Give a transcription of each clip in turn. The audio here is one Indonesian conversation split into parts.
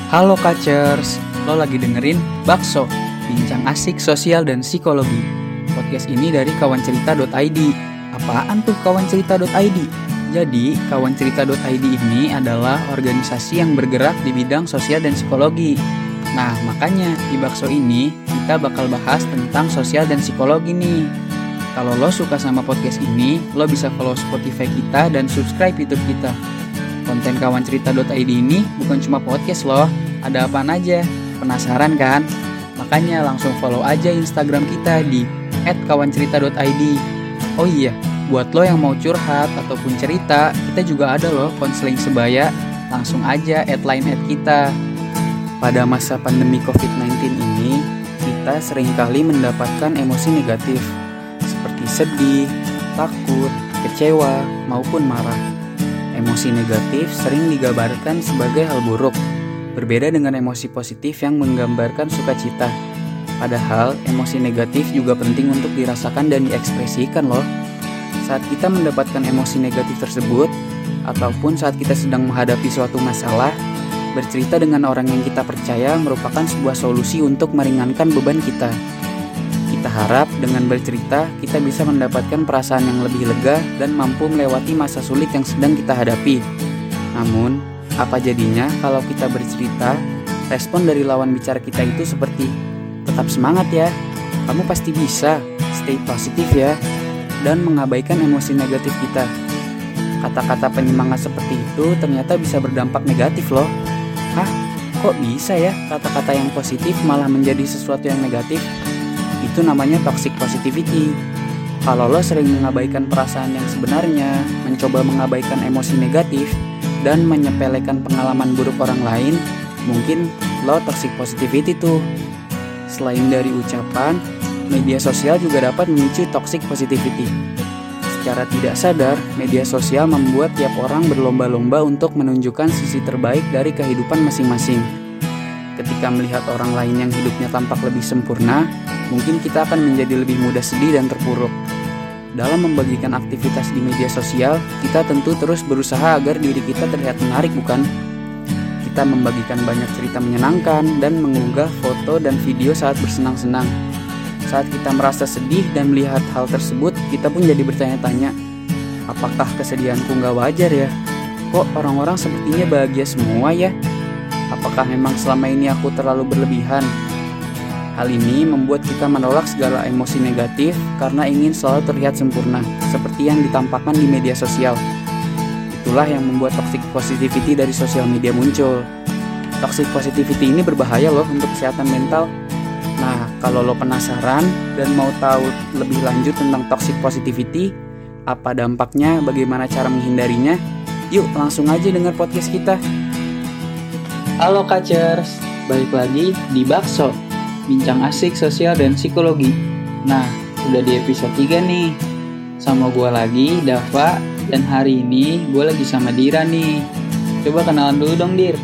Halo Kacers, lo lagi dengerin Bakso, bincang asik sosial dan psikologi. Podcast ini dari kawancerita.id. Apaan tuh kawancerita.id? Jadi, kawancerita.id ini adalah organisasi yang bergerak di bidang sosial dan psikologi. Nah, makanya di Bakso ini kita bakal bahas tentang sosial dan psikologi nih. Kalau lo suka sama podcast ini, lo bisa follow Spotify kita dan subscribe YouTube kita. Konten kawancerita.id ini bukan cuma podcast loh, ada apaan aja? Penasaran kan? Makanya langsung follow aja Instagram kita di @kawancerita.id. Oh iya, buat lo yang mau curhat ataupun cerita, kita juga ada loh konseling sebaya. Langsung aja @line kita. Pada masa pandemi COVID-19 ini, kita seringkali mendapatkan emosi negatif seperti sedih, takut, kecewa, maupun marah. Emosi negatif sering digambarkan sebagai hal buruk, berbeda dengan emosi positif yang menggambarkan sukacita. Padahal, emosi negatif juga penting untuk dirasakan dan diekspresikan loh. Saat kita mendapatkan emosi negatif tersebut, ataupun saat kita sedang menghadapi suatu masalah, bercerita dengan orang yang kita percaya merupakan sebuah solusi untuk meringankan beban kita. Kita harap dengan bercerita, kita bisa mendapatkan perasaan yang lebih lega dan mampu melewati masa sulit yang sedang kita hadapi. Namun, apa jadinya kalau kita bercerita, respon dari lawan bicara kita itu seperti, tetap semangat ya, kamu pasti bisa, stay positif ya, dan mengabaikan emosi negatif kita. Kata-kata penyemangat seperti itu ternyata bisa berdampak negatif loh. Hah? Kok bisa ya kata-kata yang positif malah menjadi sesuatu yang negatif? Itu namanya toxic positivity. Kalau lo sering mengabaikan perasaan yang sebenarnya, mencoba mengabaikan emosi negatif, dan menyepelekan pengalaman buruk orang lain, mungkin lo toxic positivity tuh. Selain dari ucapan, media sosial juga dapat memicu toxic positivity. Secara tidak sadar, media sosial membuat tiap orang berlomba-lomba untuk menunjukkan sisi terbaik dari kehidupan masing-masing. Ketika melihat orang lain yang hidupnya tampak lebih sempurna, mungkin kita akan menjadi lebih mudah sedih dan terpuruk. Dalam membagikan aktivitas di media sosial, kita tentu terus berusaha agar diri kita terlihat menarik, bukan? Kita membagikan banyak cerita menyenangkan dan mengunggah foto dan video saat bersenang-senang. Saat kita merasa sedih dan melihat hal tersebut, kita pun jadi bertanya-tanya, apakah kesedihanku nggak wajar ya? Kok orang-orang sepertinya bahagia semua ya? Apakah memang selama ini aku terlalu berlebihan? Hal ini membuat kita menolak segala emosi negatif karena ingin selalu terlihat sempurna, seperti yang ditampakkan di media sosial. Itulah yang membuat toxic positivity dari sosial media muncul. Toxic positivity ini berbahaya loh untuk kesehatan mental. Nah, kalau lo penasaran dan mau tahu lebih lanjut tentang toxic positivity, apa dampaknya, bagaimana cara menghindarinya, yuk langsung aja dengar podcast kita. Halo Kacers, balik lagi di Bakso, bincang asik sosial dan psikologi. Nah, udah di episode 3 nih. Sama gue lagi, Dava, dan hari ini gue lagi sama Dira nih. Coba kenalan dulu dong, Dir.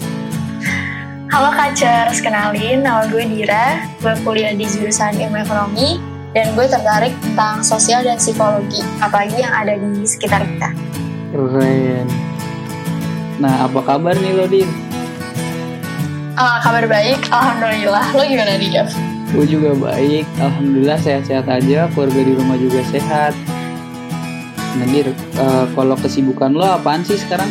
Halo Kacers, kenalin, nama gue Dira. Gue kuliah di jurusan Ilmu Ekonomi, dan gue tertarik tentang sosial dan psikologi, apalagi yang ada di sekitar kita. Keren. Nah, apa kabar nih lo, Dir? Kabar baik, alhamdulillah. Lo gimana nih, Dev? Gue juga baik, alhamdulillah sehat-sehat aja, keluarga di rumah juga sehat. Nah, Dir, kalau kesibukan lo apaan sih sekarang?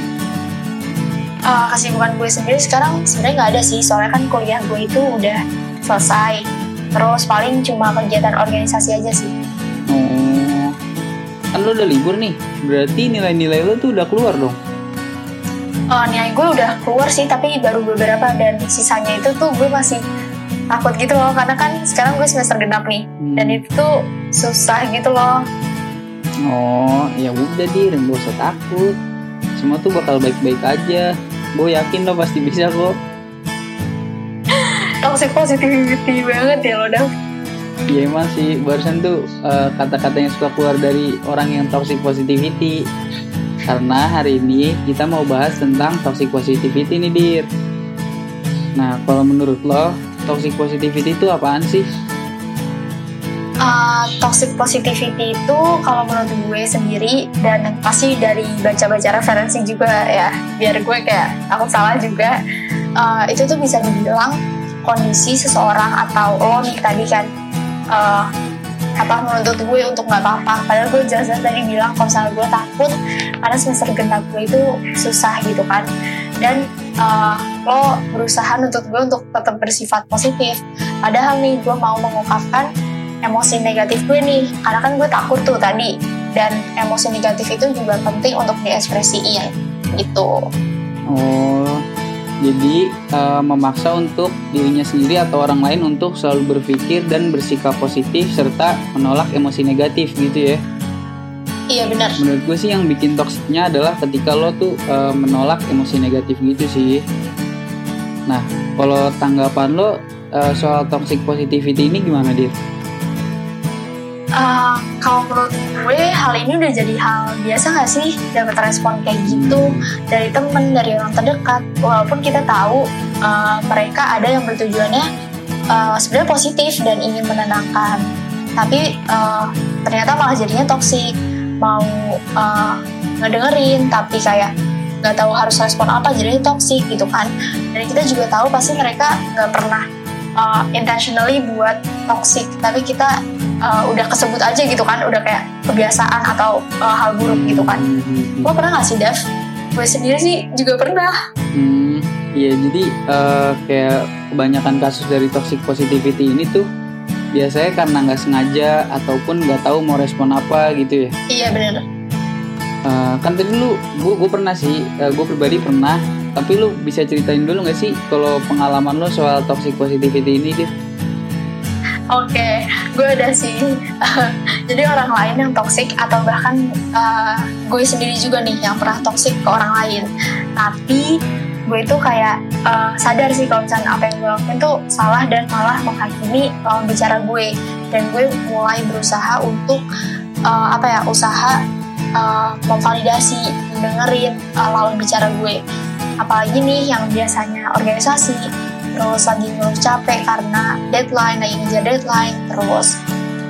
Kesibukan gue sendiri sekarang sebenarnya nggak ada sih, soalnya kan kuliah gue itu udah selesai. Terus paling cuma kegiatan organisasi aja sih. Oh, kan lo udah libur nih, berarti nilai-nilai lo tuh udah keluar dong? Nilai gue udah keluar sih, tapi baru beberapa, dan sisanya itu tuh gue masih takut gitu loh, karena kan sekarang gue semester genap nih, dan itu tuh susah gitu loh. Oh, ya udah Dir, gak usah takut. Semua tuh bakal baik-baik aja. Gue yakin lo pasti bisa kok. Toxic positivity banget ya lo, Dav. Iya emang sih, barusan tuh kata-kata yang suka keluar dari orang yang toxic positivity. Karena hari ini kita mau bahas tentang toxic positivity nih, Dir. Nah, kalau menurut lo, toxic positivity itu apaan sih? Toxic positivity itu kalau menurut gue sendiri, dan pasti dari baca-baca referensi juga ya, biar gue kayak takut salah juga, itu tuh bisa dibilang kondisi seseorang atau lo nih tadi kan menuntut gue untuk nggak apa-apa, padahal gue jelas-jelas tadi bilang kalau misalnya gue takut karena semester genap gue itu susah gitu kan, dan lo berusaha nuntut gue untuk tetap bersifat positif, padahal nih gue mau mengungkapkan emosi negatif gue nih, karena kan gue takut tuh tadi, dan emosi negatif itu juga penting untuk diekspresiin gitu. Jadi memaksa untuk dirinya sendiri atau orang lain untuk selalu berpikir dan bersikap positif serta menolak emosi negatif gitu ya? Iya benar. Menurut gue sih yang bikin toksiknya adalah ketika lo tuh menolak emosi negatif gitu sih. Nah, kalau tanggapan lo soal toxic positivity ini gimana, Dir? Kalau menurut gue hal ini udah jadi hal biasa gak sih dapat respon kayak gitu dari temen, dari orang terdekat, walaupun kita tahu mereka ada yang bertujuannya sebenarnya positif dan ingin menenangkan, tapi ternyata malah jadinya toksik, mau ngedengerin tapi kayak nggak tahu harus respon apa, jadinya toksik gitu kan. Dan kita juga tahu pasti mereka nggak pernah intentionally buat toksik, tapi kita udah kesebut aja gitu kan, udah kayak kebiasaan atau hal buruk gitu kan. Lo pernah gak sih, Dav? Gue sendiri sih juga pernah. Iya, jadi kayak kebanyakan kasus dari toxic positivity ini tuh biasanya karena nggak sengaja ataupun nggak tahu mau respon apa gitu ya. Iya benar. Kan tadi gue pernah sih, gue pribadi pernah. Tapi lu bisa ceritain dulu nggak sih kalau pengalaman lo soal toxic positivity ini, Dir? Oke, gue ada sih. Jadi orang lain yang toksik atau bahkan gue sendiri juga nih yang pernah toksik ke orang lain. Tapi gue itu kayak sadar sih kalau misalnya apa yang gue lakuin tuh salah dan malah menghakimi lawan bicara gue. Dan gue mulai berusaha untuk usaha memvalidasi, mendengerin lawan bicara gue. Apalagi nih yang biasanya organisasi, terus lagi ngeluh capek karena deadline, lagi ngejar deadline, terus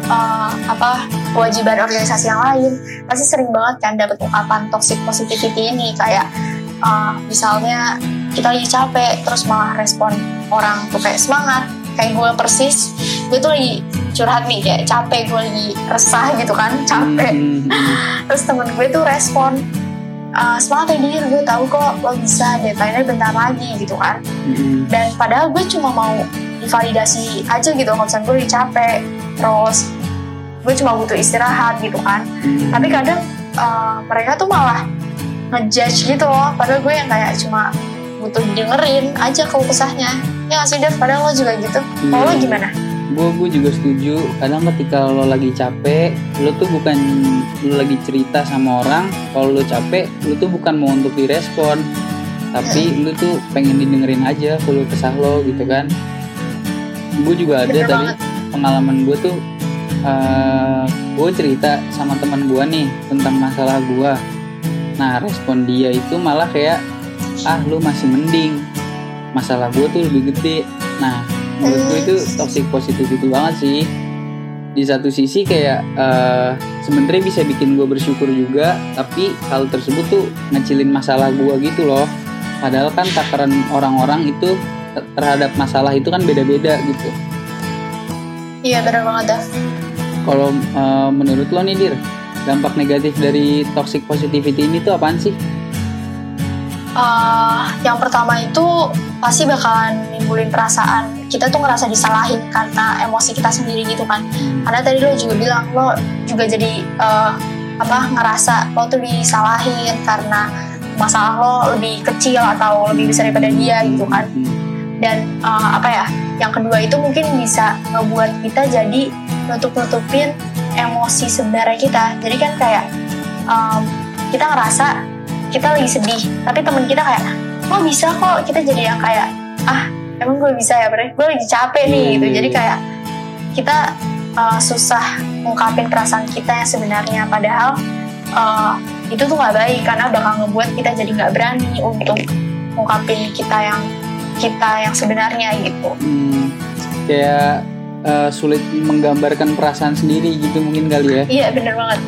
kewajiban organisasi yang lain, pasti sering banget kan dapat ungkapan toxic positivity ini, kayak misalnya kita lagi capek terus malah respon orang tuh kayak semangat, kayak gue persis, gue tuh lagi curhat nih kayak capek, gue lagi resah gitu kan, capek, terus temen gue tuh respon semangat ya Dir, gue tahu kok lo bisa, deadline-nya bentar lagi gitu kan. Dan padahal gue cuma mau divalidasi aja gitu, kalau misalnya gue lagi capek, terus gue cuma butuh istirahat gitu kan. Tapi kadang mereka tuh malah ngejudge gitu loh, padahal gue yang kayak cuma butuh dengerin aja keluh kesahnya. Ya gak sih Dev, padahal lo juga gitu. Kalau lo gimana? Gue juga setuju. Kadang ketika lo lagi capek, lo tuh bukan lo lagi cerita sama orang. Kalau lo capek, lo tuh bukan mau untuk direspon, tapi lo tuh pengen didengerin aja keluh kesah lo gitu kan. Gue juga ada tadi pengalaman gue tuh, gue cerita sama teman gue nih tentang masalah gue. Nah respon dia itu malah kayak, lo masih mending, masalah gue tuh lebih gede. Nah menurut gue itu toxic positivity banget sih. Di satu sisi kayak sebenarnya bisa bikin gue bersyukur juga, tapi hal tersebut tuh ngecilin masalah gue gitu loh. Padahal kan takaran orang-orang itu terhadap masalah itu kan beda-beda gitu. Iya benar banget Dav. Kalau menurut lo nih Dir, dampak negatif dari toxic positivity ini tuh apaan sih? Yang pertama itu pasti bakalan nimbulin perasaan kita tuh ngerasa disalahin karena emosi kita sendiri gitu kan. Karena tadi lo juga bilang lo juga jadi ngerasa lo tuh disalahin karena masalah lo lebih kecil atau lebih besar daripada dia gitu kan. Dan yang kedua itu mungkin bisa ngebuat kita jadi nutup-nutupin emosi sebenarnya kita. Jadi kan kayak kita ngerasa kita lagi sedih, tapi temen kita kayak lo bisa kok, kita jadi yang kayak emang gue bisa ya, gue lagi capek nih gitu. Jadi kayak kita susah ngungkapin perasaan kita yang sebenarnya, padahal itu tuh nggak baik karena bakal ngebuat kita jadi nggak berani untuk ngungkapin kita yang sebenarnya gitu. Kayak sulit menggambarkan perasaan sendiri gitu mungkin kali ya. Iya benar banget.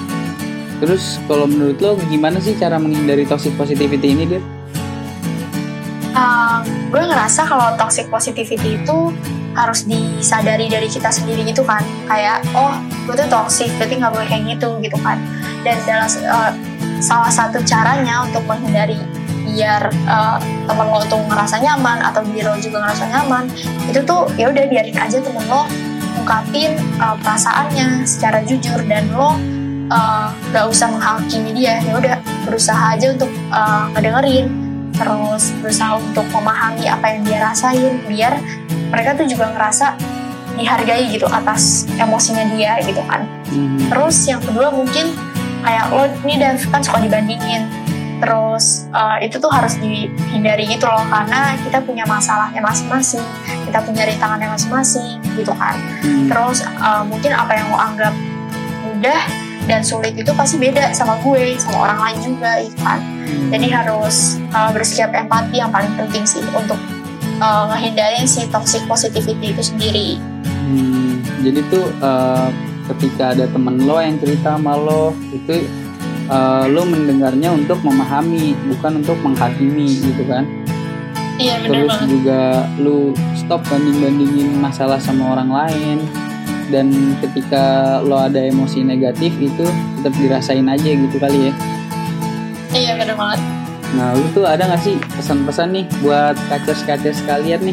Terus kalau menurut lo gimana sih cara menghindari toxic positivity ini, Dir? gue ngerasa kalau toxic positivity itu harus disadari dari kita sendiri gitu kan, kayak gue tuh toxic berarti nggak boleh kayak gitu kan. Dan dalam salah satu caranya untuk menghindari biar temen lo tuh ngerasa nyaman atau biar lo juga ngerasa nyaman, itu tuh ya udah biarin aja temen lo ungkapin perasaannya secara jujur, dan lo gak usah menghakimi dia. Ya udah berusaha aja untuk ngedengerin, terus berusaha untuk memahami apa yang dia rasain, biar mereka tuh juga ngerasa dihargai gitu atas emosinya dia gitu kan. Terus yang kedua mungkin kayak lo nih dan kan suka dibandingin, terus itu tuh harus dihindari gitu loh, karena kita punya masalahnya masing-masing, kita punya rintangannya masing-masing gitu kan. Terus mungkin apa yang lo anggap mudah dan sulit itu pasti beda sama gue, sama orang lain juga gitu kan. Jadi harus bersikap empati yang paling penting sih untuk ngehindarin si toxic positivity itu sendiri. Jadi tuh ketika ada temen lo yang cerita sama lo, itu lo mendengarnya untuk memahami, bukan untuk menghakimi gitu kan. Iya, benar banget. Terus juga lo stop banding-bandingin masalah sama orang lain. Dan ketika lo ada emosi negatif itu tetap dirasain aja gitu kali ya. Iya, benar banget. Nah, lu tuh ada gak sih pesan-pesan nih buat kacers-kacers sekalian nih?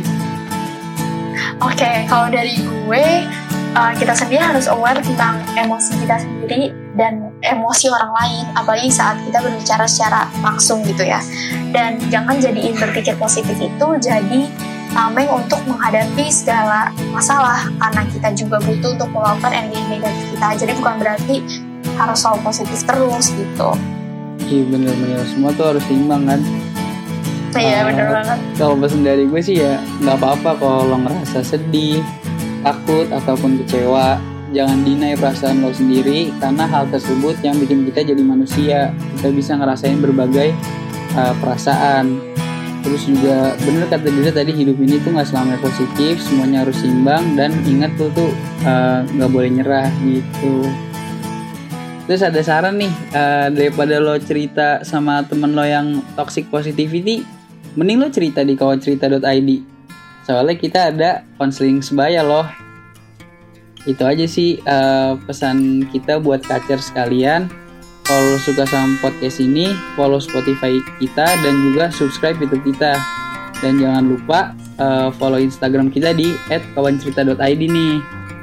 Oke, kalau dari gue, kita sendiri harus aware tentang emosi kita sendiri dan emosi orang lain, apalagi saat kita berbicara secara langsung gitu ya. Dan jangan jadiin berpikir positif itu jadi tameng untuk menghadapi segala masalah, karena kita juga butuh untuk melakukan energi negatif kita. Jadi bukan berarti harus selalu positif terus gitu. Iya, bener-bener, semua tuh harus seimbang kan. Iya, bener banget. Kalau pesan dari gue sih ya gak apa-apa kalau lo ngerasa sedih, takut, ataupun kecewa. Jangan deny perasaan lo sendiri, karena hal tersebut yang bikin kita jadi manusia. Kita bisa ngerasain berbagai perasaan. Terus juga bener kata Dira tadi, hidup ini tuh gak selamanya positif, semuanya harus seimbang. Dan ingat lo tuh gak boleh nyerah gitu. Terus ada saran nih, daripada lo cerita sama temen lo yang toxic positivity, mending lo cerita di kawancerita.id. Soalnya kita ada konseling sebaya loh. Itu aja sih pesan kita buat kacer sekalian. Kalau lo suka sama podcast ini, follow Spotify kita dan juga subscribe YouTube kita. Dan jangan lupa follow Instagram kita di @kawancerita.id nih.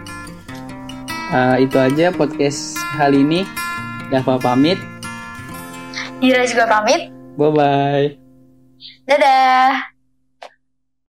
Itu aja podcast kali ini. Dava pamit. Dira juga pamit. Bye-bye. Dadah.